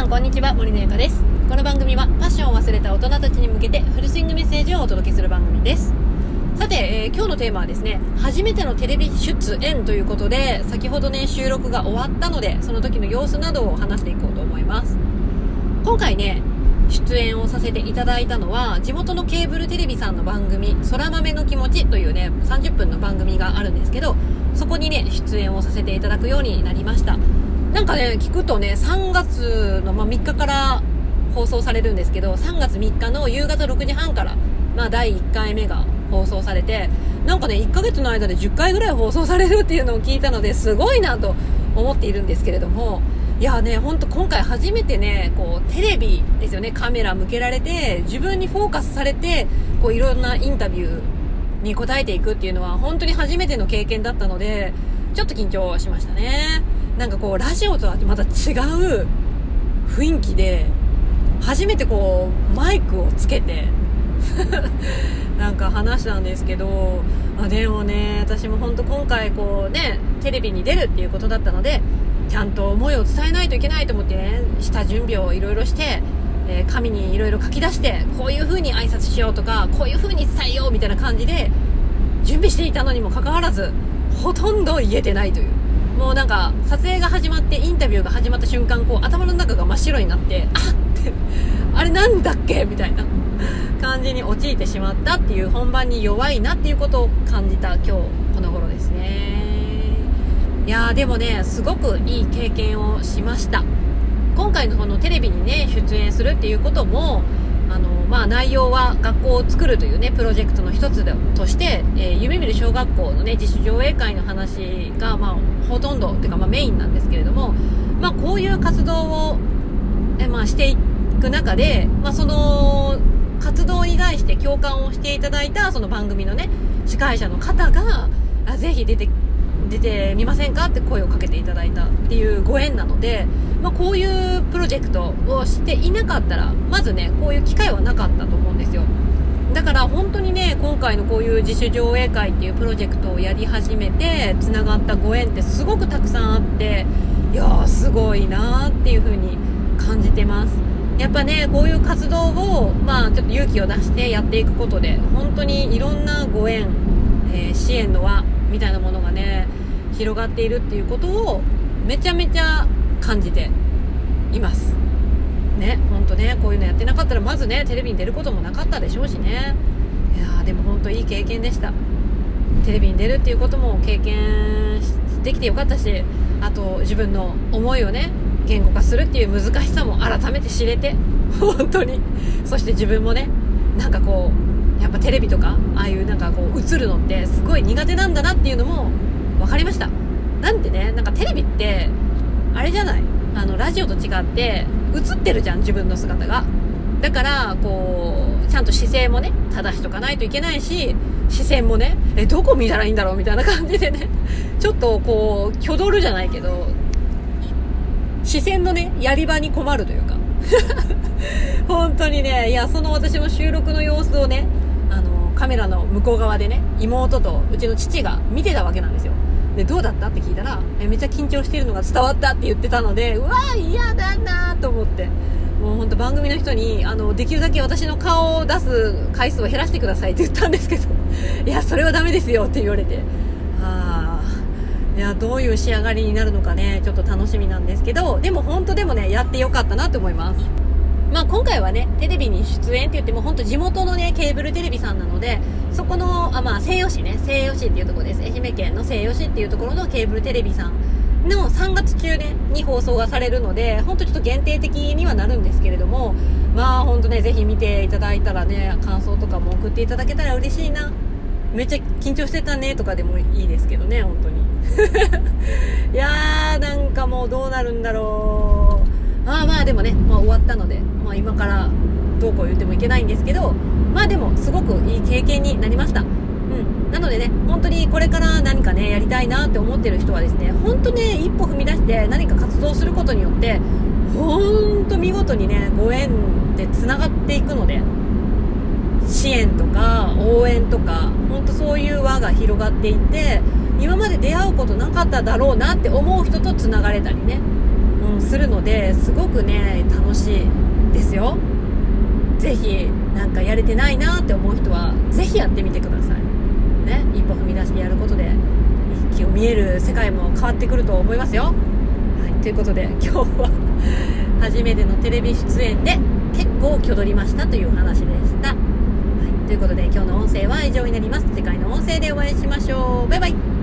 んこんにちは、森のゆかです。この番組はパッションを忘れた大人たちに向けてフルスイングメッセージをお届けする番組です。さて、今日のテーマはですね、初めてのテレビ出演ということで、先ほどね収録が終わったので、その時の様子などを話していこうと思います。今回ね出演をさせていただいたのは、地元のケーブルテレビさんの番組、空豆の気持ちというね30分の番組があるんですけど、そこにね出演をさせていただくようになりました。なんかね聞くとね、3月の、3日から放送されるんですけど、3月3日の夕方6時半から、第1回目が放送されて、なんかね1ヶ月の間で10回ぐらい放送されるっていうのを聞いたので、すごいなと思っているんですけれども、いやね、ほんと今回初めてねこうテレビですよね、カメラ向けられて自分にフォーカスされて、こういろんなインタビューに答えていくっていうのは本当に初めての経験だったので、ちょっと緊張しましたね。なんかこうラジオとはまた違う雰囲気で、初めてこうマイクをつけてなんか話したんですけど、でもね私も本当今回こうねテレビに出るっていうことだったので、ちゃんと思いを伝えないといけないと思ってね、下準備をいろいろして、紙にいろいろ書き出して、こういう風に挨拶しようとか、こういう風に伝えようみたいな感じで準備していたのにもかかわらず、ほとんど言えてないという、もうなんか撮影が始まってインタビューが始まった瞬間、こう頭の中が真っ白になって、あれなんだっけみたいな感じに陥ってしまったっていう、本番に弱いなっていうことを感じた今日この頃ですね。いやーでもねすごくいい経験をしました。今回のこのテレビにね出演するっていうことも、内容は学校を作るというねプロジェクトの一つとして、夢見る小学校のね自主上映会の話がほとんどっていうかメインなんですけれども、こういう活動を、していく中で、その活動に対して共感をしていただいたその番組のね司会者の方がぜひ出てみませんかって声をかけていただいたっていうご縁なので、こういうプロジェクトをしていなかったらまずねこういう機会はなかったと思うんですよ。だから本当にね今回のこういう自主上映会っていうプロジェクトをやり始めてつながったご縁ってすごくたくさんあって、いやーすごいなーっていう風に感じてます。やっぱねこういう活動をちょっと勇気を出してやっていくことで、本当にいろんなご縁、支援の輪みたいなものがね広がっているっていうことをめちゃめちゃ感じていますね。本当ねこういうのやってなかったらまずねテレビに出ることもなかったでしょうしね。いやでも本当いい経験でした。テレビに出るっていうことも経験できてよかったし、あと自分の思いをね言語化するっていう難しさも改めて知れて、本当に、そして自分もねなんかこうやっぱテレビとかああいうなんかこう映るのってすごい苦手なんだなっていうのも分かりました。なんてね、なんかテレビってあれじゃない、ラジオと違って映ってるじゃん自分の姿が。だからこうちゃんと姿勢もね正しとかないといけないし、視線もねどこ見たらいいんだろうみたいな感じでねちょっとこう挙動るじゃないけど、視線のねやり場に困るというか本当にね、いやその私の収録の様子をねカメラの向こう側でね妹とうちの父が見てたわけなんですよ。でどうだったって聞いたら、めっちゃ緊張しているのが伝わったって言ってたので、うわ嫌だなと思って、もう本当番組の人にできるだけ私の顔を出す回数を減らしてくださいって言ったんですけどいやそれはダメですよって言われて、いやどういう仕上がりになるのかねちょっと楽しみなんですけど、でも本当でもねやってよかったなと思います。今回はねテレビに出演って言っても本当地元のねケーブルテレビさんなので、そこの西予市ね、西予市っていうところです。愛媛県の西予市っていうところのケーブルテレビさんの3月中ねに放送がされるので、本当ちょっと限定的にはなるんですけれども、本当ねぜひ見ていただいたらね感想とかも送っていただけたら嬉しいな。めっちゃ緊張してたねとかでもいいですけどね本当にいやーなんかもうどうなるんだろう。でもね終わったので、今からどうこう言ってもいけないんですけど、でもすごくいい経験になりました。なのでね本当にこれから何かねやりたいなって思ってる人はですね、本当ね一歩踏み出して何か活動することによって本当見事にねご縁でつながっていくので、支援とか応援とか本当そういう輪が広がっていって、今まで出会うことなかっただろうなって思う人とつながれたりね、 するので、すごくね楽しいですよ。ぜひなんかやれてないなって思う人はぜひやってみてくださいね。一歩踏み出してやることで見える世界も変わってくると思いますよ。はい、ということで今日は初めてのテレビ出演で結構きょどりましたという話でした。はい、ということで今日の音声は以上になります。次回の音声でお会いしましょう。バイバイ。